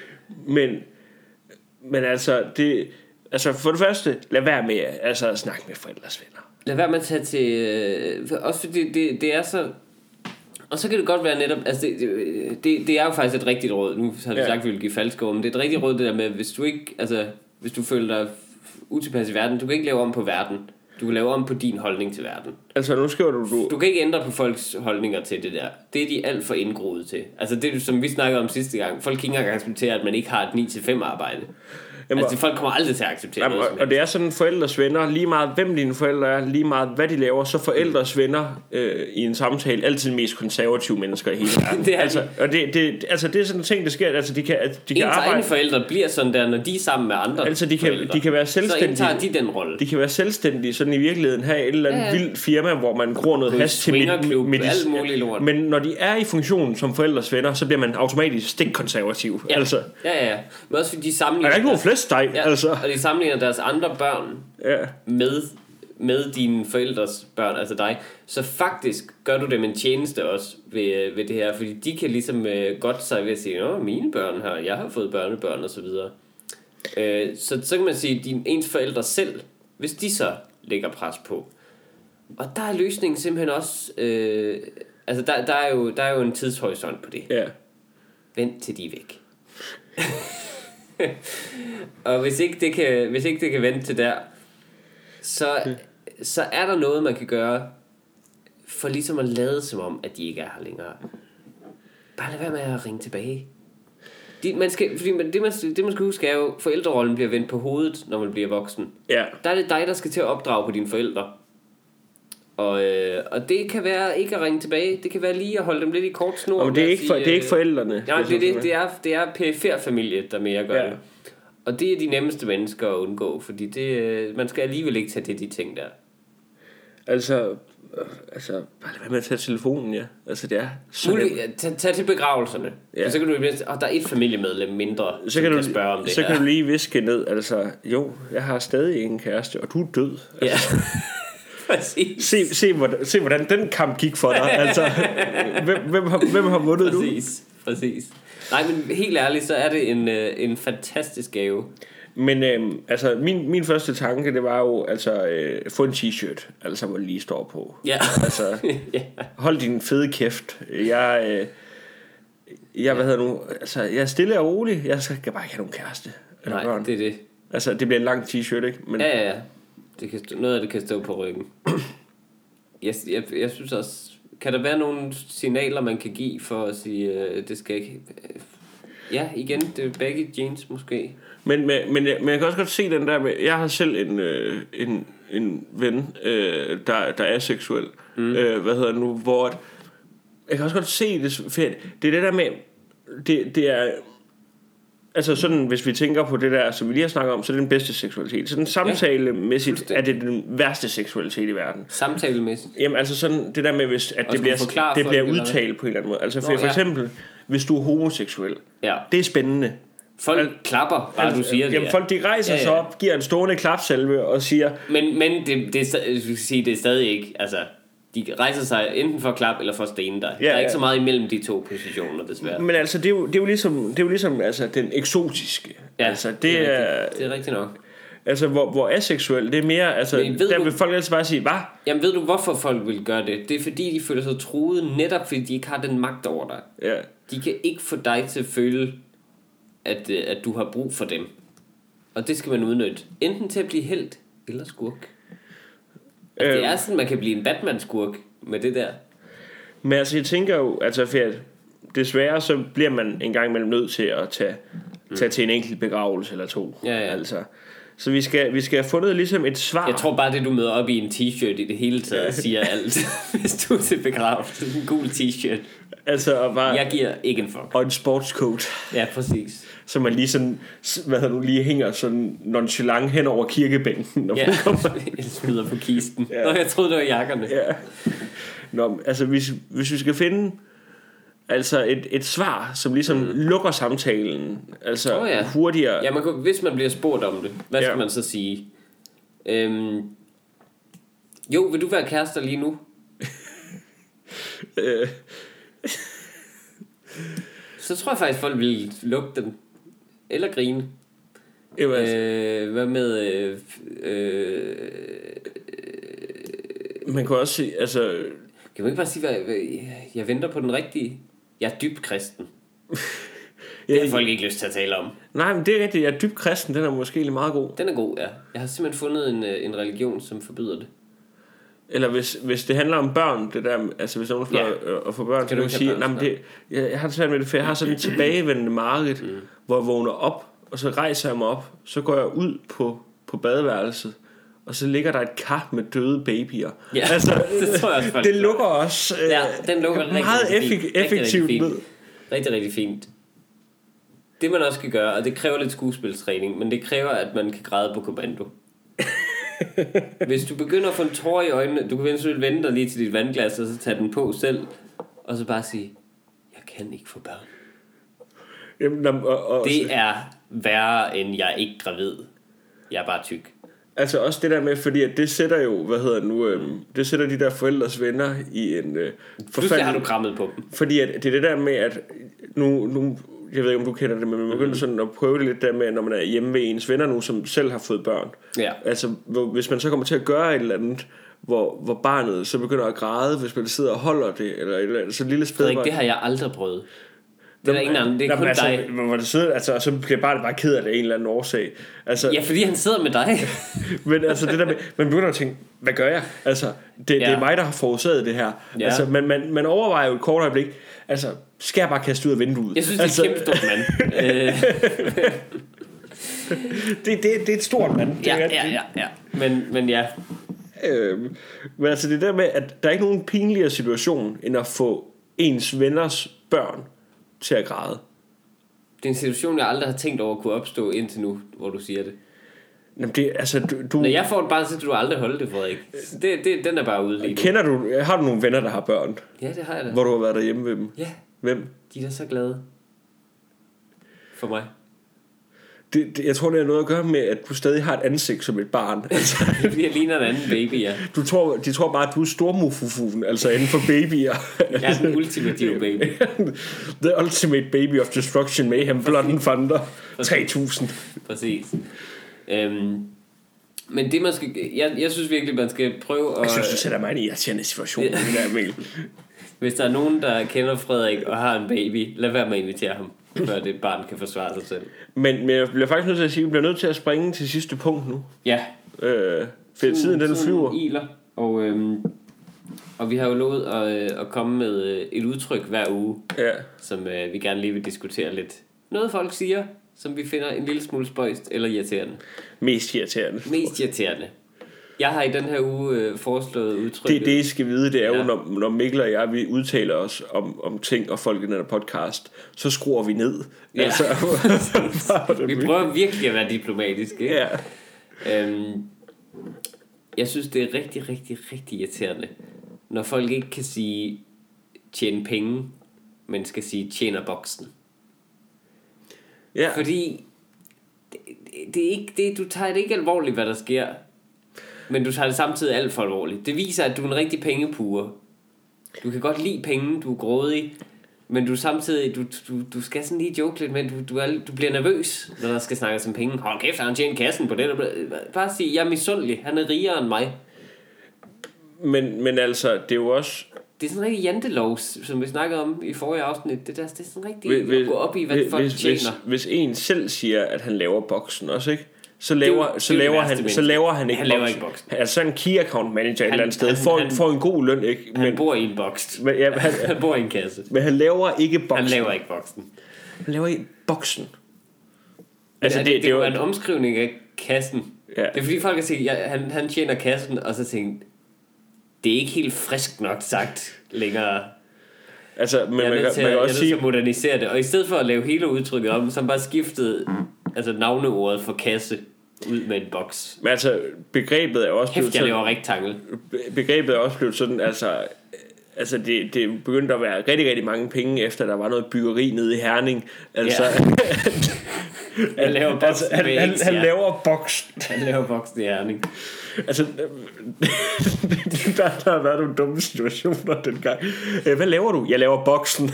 Men altså, det... Altså for det første, lad være med at snakke med forældres venner. Lad være med at tage til... også fordi det er så... Og så kan det godt være netop... Altså det er jo faktisk et rigtigt råd. Nu har vi sagt, at vi vil give falske ord, men det er et rigtigt råd, det der med, hvis du ikke... Altså, hvis du føler dig utilpas i verden, du kan ikke lave om på verden. Du kan lave om på din holdning til verden. Altså nu skriver du... Du kan ikke ændre på folks holdninger til det der. Det er de alt for indgroet til. Altså det, som vi snakkede om sidste gang. Folk kan ikke engang acceptere, at man ikke har et 9-5 arbejde. Jamen, altså folk kommer aldrig til at acceptere noget. Og det er sådan, forældres venner, lige meget hvem dine forældre er, lige meget hvad de laver, så forældres venner i en samtale altid mest konservative mennesker i hele verden. Det er altså, og det er sådan en ting, der sker. Altså, de kan arbejde. Egne forældre bliver sådan der, når de er sammen med andre. Altså de kan være selvstændige. Så indtager de den rolle. De kan være selvstændige, sådan i virkeligheden have et eller andet vildt firma, hvor man gror noget hash til medicin. Men når de er i funktion som forældres venner, så bliver man automatisk stikkonservativ. Ja. Altså. Ja. Men også fordi de sammenligner. Er der ikke nogen flest dig? Ja, altså. Og de sammenligner deres andre børn med dine forældres børn, altså dig. Så faktisk gør du dem en tjeneste også ved det her, fordi de kan ligesom godt sig ved at sige, mine børn her, jeg har fået børnebørn og så videre. Så kan man sige, ens forældre selv, hvis de så lægger pres på. Og der er løsningen simpelthen også, altså der er jo en tidshorisont på det. Ja. vent til de er væk. Og hvis ikke det kan vente til der, så er der noget man kan gøre for ligesom at lade som om at de ikke er her længere. Bare lad være med at ringe tilbage. Det man skal huske er jo, forældrerollen bliver vendt på hovedet, når man bliver voksen. Ja. Der er det dig, der skal til at opdrage på dine forældre. Og det kan være ikke at ringe tilbage. Det kan være lige at holde dem lidt i kort snor. Og det er ikke forældrene. Nej, det er perifer familie, der mere gør det. Og det er de nemmeste mennesker at undgå, fordi man skal alligevel ikke tage de ting der. Altså bare lad være med at tage telefonen, ja. Altså det er tag til begravelserne. Ja. Så kan du der er et familiemedlem mindre, så kan du spørge om det. Så kan du lige viske ned, altså jo, jeg har stadig en kæreste, og du er død. Altså. Ja. Præcis. Se hvordan den kamp gik for dig. Altså hvem har vundet nu? Præcis. Nej, men helt ærligt, så er det en fantastisk gave. Men altså min første tanke, det var jo altså få en t-shirt, altså hvor det lige står på. Ja. Altså hold din fede kæft. Jeg hvad hedder nu? Altså jeg er stille og rolig. Jeg skal bare ikke have nogen kæreste. Nej, børn. Det er det. Altså det bliver en lang t-shirt, ikke? Men ja. Noget af det kan stå på ryggen. Jeg synes også, kan der være nogle signaler man kan give for at sige det skal ikke. Ja, igen, det er begge jeans måske. Men jeg kan også godt se den der med, jeg har selv en ven der er seksuel. Hvad hedder det nu, hvor jeg kan også godt se det fedt. Det er det der med det er altså sådan, hvis vi tænker på det der, som vi lige har snakket om, så er det den bedste seksualitet. Så den samtalemæssigt er det den værste seksualitet i verden. Samtalemæssigt? Jamen altså sådan, det der med, hvis at det bliver udtalt på en eller anden måde. Altså for eksempel, hvis du er homoseksuel, det er spændende. Folk klapper, bare du siger det. Jamen folk, de rejser sig op, giver en stående klapsalve og siger... Men det er stadig ikke, altså... De rejser sig enten for at klappe eller for at stene dig. Der er ikke så meget imellem de to positioner, desværre. Men altså, det er jo ligesom altså, den eksotiske. Ja, altså, det er rigtigt nok. Altså, hvor aseksuel, det er mere... Altså, der vil folk altid bare sige, hvad? Jamen, ved du, hvorfor folk vil gøre det? Det er fordi, de føler sig truet, netop fordi de ikke har den magt over dig. Ja. De kan ikke få dig til at føle, at du har brug for dem. Og det skal man udnytte. Enten til at blive helt eller skurk. Altså, det er sådan, man kan blive en Batman-skurk med det der. Men altså, jeg tænker jo, altså, for desværre så bliver man en gang imellem nødt til at tage til en enkelt begravelse eller to. Ja. Altså. Så vi skal have fundet ligesom et svar. Jeg tror bare, det du møder op i en t-shirt i det hele taget siger alt. Hvis du er til begravelse, en gul t-shirt. Altså, og bare, jeg giver ikke en fuck. Og en sportscoat. Ja, præcis. Så man lige sådan, lige hænger sådan nonchalant hen over kirkebænken, når man kommer. Jeg smider på kisten. Ja. Nå, jeg troede, det var jakkerne. Ja. Nå, altså hvis vi skal finde altså et svar, som ligesom lukker samtalen, altså hurtigere. Ja, hvis man bliver spurgt om det, hvad skal man så sige? Jo, vil du være kærester lige nu? Så tror jeg faktisk, folk vil lukke den. Eller grine. Hvad med... man kan også sige, altså... Kan man ikke bare sige, jeg venter på den rigtige? Jeg er dybt kristen. Det har folk ikke lyst til at tale om. Nej, men det er rigtigt. Jeg er dybt kristen. Den er måske meget god. Den er god, ja. Jeg har simpelthen fundet en religion, som forbyder det. Eller hvis det handler om børn, det der, altså hvis nogen skal at få børn, så kan du sige, nej, men jeg har det svært med det, for jeg har sådan en tilbagevendende mareridt, hvor jeg vågner op, og så rejser jeg mig op, så går jeg ud på badeværelset, og så ligger der et kar med døde babyer. Ja, altså, det tror jeg også. Det lukker også den lukker meget effektivt ned. Rigtig, rigtig fint. Det man også skal gøre, og det kræver lidt skuespilstræning, men det kræver, at man kan græde på kommando. Hvis du begynder at få en tår i øjnene, du kan vente dig lige til dit vandglas, og så tage den på selv, og så bare sige, jeg kan ikke få børn. Jamen, det er værre end jeg er ikke gravid. Jeg er bare tyk. Altså også det der med, fordi at det sætter jo, det sætter de der forældres venner i en forfærdelig... har du krammet på dem. Fordi at det er det der med, at nu jeg ved ikke om du kender det, men man begynder sådan at prøve det lidt der med, når man er hjemme ved ens venner nu, som selv har fået børn. Ja. Altså hvis man så kommer til at gøre et eller andet, hvor barnet så begynder at græde, hvis man sidder og holder det, eller et eller andet, så et lille spædbarn. Det har jeg aldrig prøvet. Det er der ingen anden, det er kun dig. Hvor det sidder, altså, og så bliver barnet bare ked af det af en eller anden årsag. Altså, ja, fordi han sidder med dig. Men altså det der med, man begynder at tænke, hvad gør jeg? Altså, det er mig, der har forårsaget det her. Ja. Altså, man overvejer jo et kort øjeblik, altså, skal jeg bare kaste ud af vinduet? Jeg synes, det er kæmpe stort, mand. det er et stort mand. Ja. Men ja. Men altså det der med, at der er ikke nogen pinligere situation, end at få ens venners børn til at græde. Det er en situation, jeg aldrig har tænkt over at kunne opstå indtil nu, hvor du siger det. Jamen det, altså, når jeg får et barn, så kan du aldrig holde det, Frederik. Den er bare ude lige nu. Har du nogle venner, der har børn? Ja, det har jeg da. Hvor du har været derhjemme ved dem? Ja. Hvem? De er da så glade. For mig. Jeg tror, det har noget at gøre med, at du stadig har et ansigt som et barn. Altså, jeg ligner en anden baby, ja. De tror bare, at du er stormofufuen, altså inden for babyer. Jeg er den ultimative baby. The ultimate baby of destruction, mayhem, blood and thunder. 3000. Præcis. Men det man skal... Jeg synes virkelig, man skal prøve at... Jeg synes, du sætter mig i en irriterende situation. Hvis der er nogen, der kender Frederik og har en baby, lad være med at invitere ham, før det barn kan forsvare sig selv. Men jeg bliver faktisk nødt til at sige, at vi bliver nødt til at springe til sidste punkt nu. Ja. For tiden den flyver. Iler, og vi har jo lovet at komme med et udtryk hver uge, som vi gerne lige vil diskutere lidt. Noget folk siger, som vi finder en lille smule spøjst eller irriterende. Mest irriterende. Jeg har i den her uge foreslået udtrykket. Det I skal vide, det er jo, når Mikkel og jeg vi udtaler os om ting og folk i den her podcast, så skruer vi ned. Ja. Altså, vi prøver virkelig at være diplomatiske. Ikke? Ja. Jeg synes, det er rigtig, rigtig, rigtig irriterende, når folk ikke kan sige tjene penge, men skal sige tjener boksen. Ja. Fordi det er ikke, du tager det ikke alvorligt, hvad der sker. Men du tager det samtidig alt for alvorligt. Det viser, at du er en rigtig pengepuger. Du kan godt lide penge, du er grådig, men du samtidig, du skal sådan lige joke lidt, men du bliver nervøs, når der skal snakkes om penge. Hold kæft, han tjener kassen på det. Bare sige, jeg er misundelig, han er rigere end mig. Men altså, det er jo også... Det er sådan en rigtig jantelov, som vi snakkede om i forrige afsnit. Det er sådan rigtig at gå op i, hvad folk tjener. Hvis en selv siger, at han laver boksen også, ikke? Så laver han ikke boksen. Altså en key account manager et eller andet sted får en god løn, ikke? Han bor i en boks. Han bor i en kasse. Men han laver ikke boksen. Han laver ikke boksen. Han laver ikke boksen. Altså det er jo en omskrivning af kassen. Ja. Det er fordi folk har sagt, han tjener kassen, og så tænker det er ikke helt frisk nok sagt længere. Altså, men man kan også sige... Jeg er nødt til at modernisere det. Og i stedet for at lave hele udtrykket om, så bare skiftet navneordet for kasse ud med en boks. Men altså, begrebet er også blevet sådan... jeg laver rektangel. Begrebet er også blevet sådan, altså det begyndte at være rigtig, rigtig mange penge, efter der var noget byggeri nede i Herning. Altså... Ja. Han laver boksen han laver boksen. Han laver boksen i Herning. Altså, der har været nogle dumme situationer dengang. Hvad laver du? Jeg laver boksen.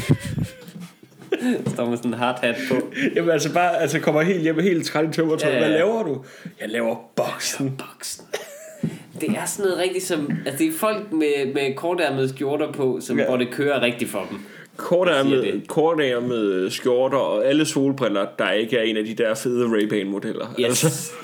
Står med sådan en hard hat på. Jamen altså bare kommer helt hjem helt træt i tømmertøj. Hvad laver du? Jeg laver boksen. Det er sådan noget rigtigt som... Altså det er folk med kortærmede skjorter på, hvor det kører rigtigt for dem. Kortærmede skjorter og alle solbriller, der ikke er en af de der fede Ray-Ban modeller. Yes. Altså.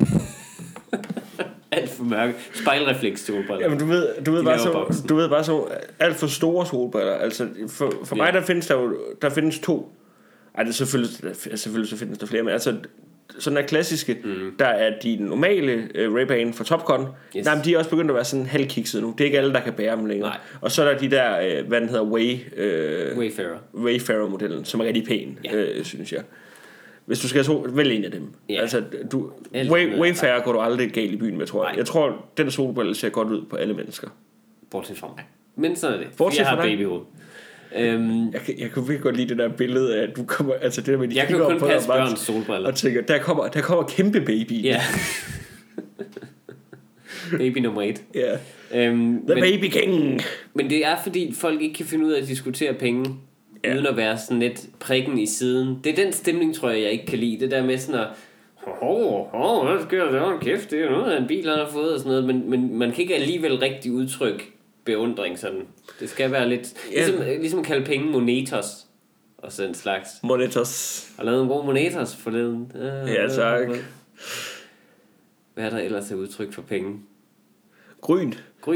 Alt for mørke. Spejlrefleks solbriller. Jamen du ved bare så alt for store solbriller. Altså for mig der findes to. Ej, det selvfølgelig så findes der flere, men altså sådan er klassiske. Der er de normale Ray-Ban fra Topcon. Yes. Nej, men de er også begyndt at være sådan halvkiksede nu. Det er ikke alle, der kan bære dem længere. Nej. Og så er der de der, hvad den hedder, Wayfarer-modellen, som er rigtig pæn, synes jeg. Hvis du skal vælge en af dem. Yeah. Altså, Wayfarer går du aldrig galt i byen med, tror jeg. Jeg tror, den solbrille ser godt ud på alle mennesker. Bortset fra mig. Men sådan er det. Jeg har babyhoved. Jeg kunne virkelig godt lide det der billede af, at du kommer, altså det der med de jeg kigger op på dig børns solbriller og tænker, der kommer kæmpe baby. Ja. Baby nummer 1. Ja. The baby king. Men det er fordi folk ikke kan finde ud af at diskutere penge uden at være sådan lidt prikken i siden. Det er den stemning, tror jeg ikke kan lide. Det der med sådan at hvad sker der? Kæft, det er noget af en bil, han har fået og sådan noget. Men man kan ikke alligevel rigtig udtrykke beundring sådan. Det skal være lidt ligesom at kalde penge monetos og sådan slags. Monetos. Har lavet en god monetos forleden. Ja, tak. Hvad er der ellers af udtryk for penge? Gryn.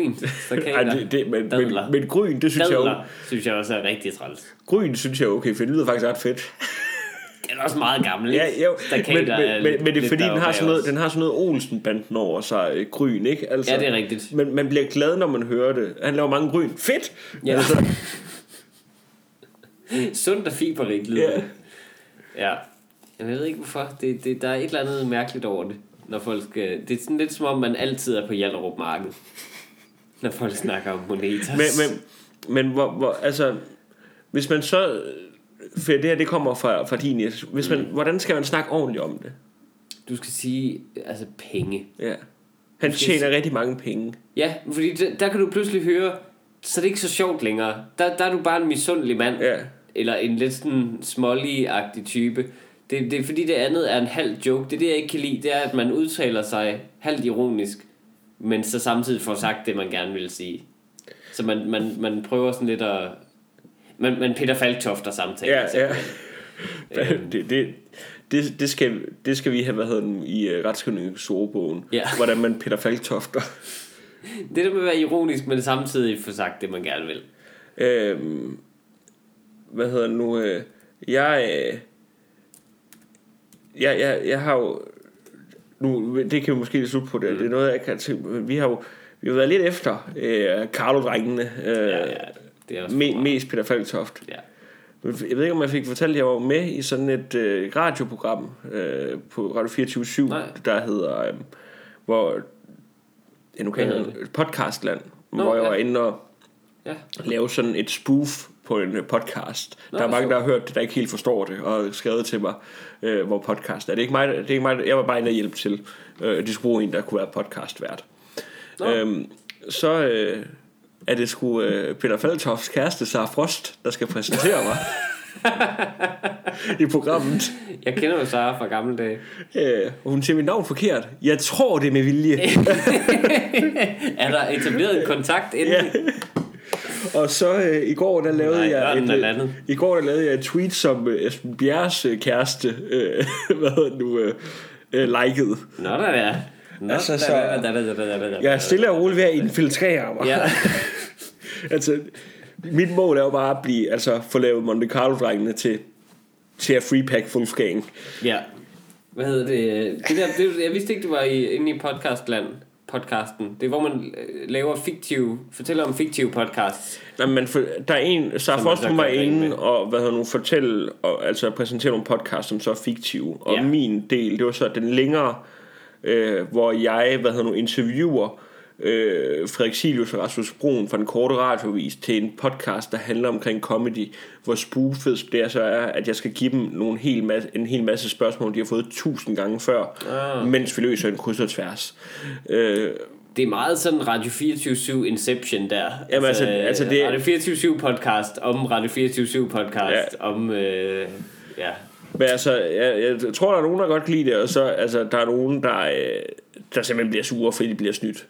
Men gryn, det synes Dadler, synes jeg også er rigtig træls. Gryn synes jeg er okay, for det lyder faktisk ret fedt. Den er også meget gammel, ikke? Ja, jo. Men det er fordi, den har sådan noget Olsen-banden over sig, gryn, ikke? Altså, ja, det er rigtigt. Men man bliver glad, når man hører det. Han laver mange gryn. Fedt! Ja. Altså. Sundt og fiberrigt lyder det. Ja. Jeg ved ikke hvorfor. Der er et eller andet mærkeligt over det. Når folk skal... Det er sådan lidt som om, man altid er på Hjallerup Marked. Når folk snakker om monetas. Men hvor altså... Hvis man så... For det her, det kommer fra din... Hvordan skal man snakke ordentligt om det? Du skal sige, altså penge. Ja. Han tjener rigtig mange penge. Ja, fordi der kan du pludselig høre, så det er ikke så sjovt længere. Der er du bare en misundelig mand. Ja. Eller en lidt sådan smålig-agtig type. Det er fordi det andet er en halv joke. Det jeg ikke kan lide, det er at man udtaler sig halvt ironisk, men så samtidig får sagt det man gerne vil sige. Så man prøver sådan lidt at man Peter Falktofter samtaler. Ja. Det skal vi have i retskrivningsordbogen. Ja. Hvordan man Peter Falktofter. Det der med at være ironisk, men samtidig får sagt det man gerne vil. Jeg har jo nu, det kan vi måske lidt slutte på det. Det er noget jeg kan tænke. Vi har været lidt efter Carlo-drengene. Mest Peter Falktoft. Ja. Jeg ved ikke om jeg fik fortalt at jeg var med i sådan et radioprogram på Radio 24/7, der hedder hvor nu kan jeg Podcastland, hvor jeg var inde og lave sådan et spoof på en podcast. Der er mange der har hørt det, der ikke helt forstår det og skrevet til mig hvor podcast er. Det er ikke mig, jeg var bare inde og hjælpe til. De skulle bruge en der kunne være podcastvært. Så er det sgu Peter Falktofts kæreste Sara Frost, der skal præsentere mig i programmet. Jeg kender jo Sara fra gamle dage. Og hun siger mit navn forkert. Jeg tror det er med vilje. Er der etableret en kontakt inden? Ja. Og så i går der lavede jeg et tweet som Esben Bjerres kæreste likede. Nå der er. Jeg er stille og roligt ved at infiltrere mig. Ja. Altså mit mål er jo bare at blive få lavet Monte Carlo-drengene til at freepack Wolfgang. Ja. Hvad hedder det? Jeg vidste ikke det var inde i podcasten. Det er hvor man laver fortæller om fiktive podcasts. Jamen, der er en så først hun var inde og fortælle og præsentere nogle podcasts som så er fiktive. Og min del det var så den længere hvor jeg interviewer Frederik Silius og Rasmus Broen fra Den Korte Radiovis til en podcast der handler omkring comedy, hvor spoofet det så er at jeg skal give dem en hel masse spørgsmål de har fået 1000 gange før mens vi løser en kryds og tværs. Det er meget sådan Radio 24/7 Inception der. Jamen, det Radio 24/7 podcast om Radio 24/7 podcast om Men jeg tror der er nogen der godt kan lide det, og så der er nogen der simpelthen bliver sure fordi de bliver snydt.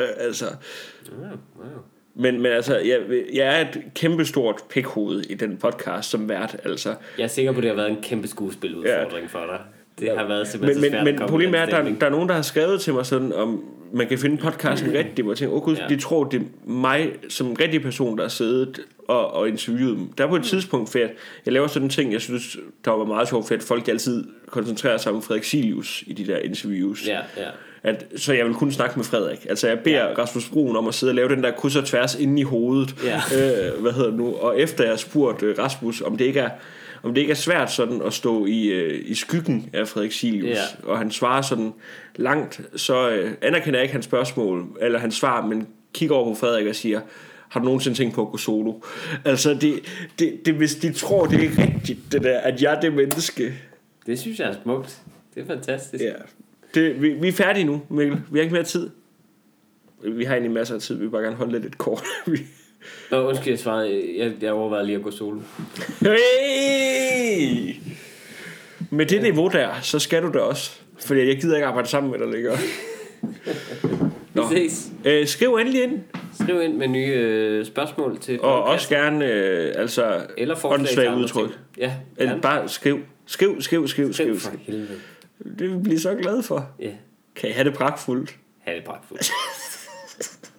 Men jeg er et kæmpestort pikhoved i den podcast som vært. Jeg er sikker på det har været en kæmpe skuespiludfordring for dig. Det har været simpelthen svært. Men problemet er at der er nogen der har skrevet til mig sådan om man kan finde podcasten rigtigt, hvor jeg tænker, de tror det er mig som en rigtig person der har siddet og interviewet dem. Der er på et tidspunkt for jeg laver sådan en ting jeg synes der var meget sjovt for at folk altid koncentrerer sig om Frederik Silius i de der interviews. Så jeg vil kun snakke med Frederik. Jeg beder Rasmus Broen om at sidde og lave den der kryds og tværs inde i hovedet. Og efter jeg har spurgt Rasmus om det ikke er svært sådan at stå i skyggen af Frederik Silius, og han svarer sådan langt, så anerkender jeg ikke hans spørgsmål eller hans svar, men kigger over på Frederik og siger, har du nogensinde tænkt på at gå solo? Hvis de tror det er rigtigt det der, at jeg er det menneske. Det synes jeg er smukt. Det er fantastisk. Vi er færdige nu, Mikkel. Vi har ikke mere tid. Vi har egentlig masser af tid. Vi vil bare gerne holde lidt kort. Undskyld, jeg svarede. Jeg overvejede lige at gå solo. Hey! Med det niveau der, så skal du da også. Fordi jeg gider ikke arbejde sammen med dig længere. Vi ses. Skriv endelig ind Skriv ind med nye spørgsmål til og også gerne eller åndssvagt udtryk. Ja, eller bare skriv for helvede. Det vil vi blive så glade for. Ja. Kan I have det pragtfuldt? Ha' det pragtfuldt.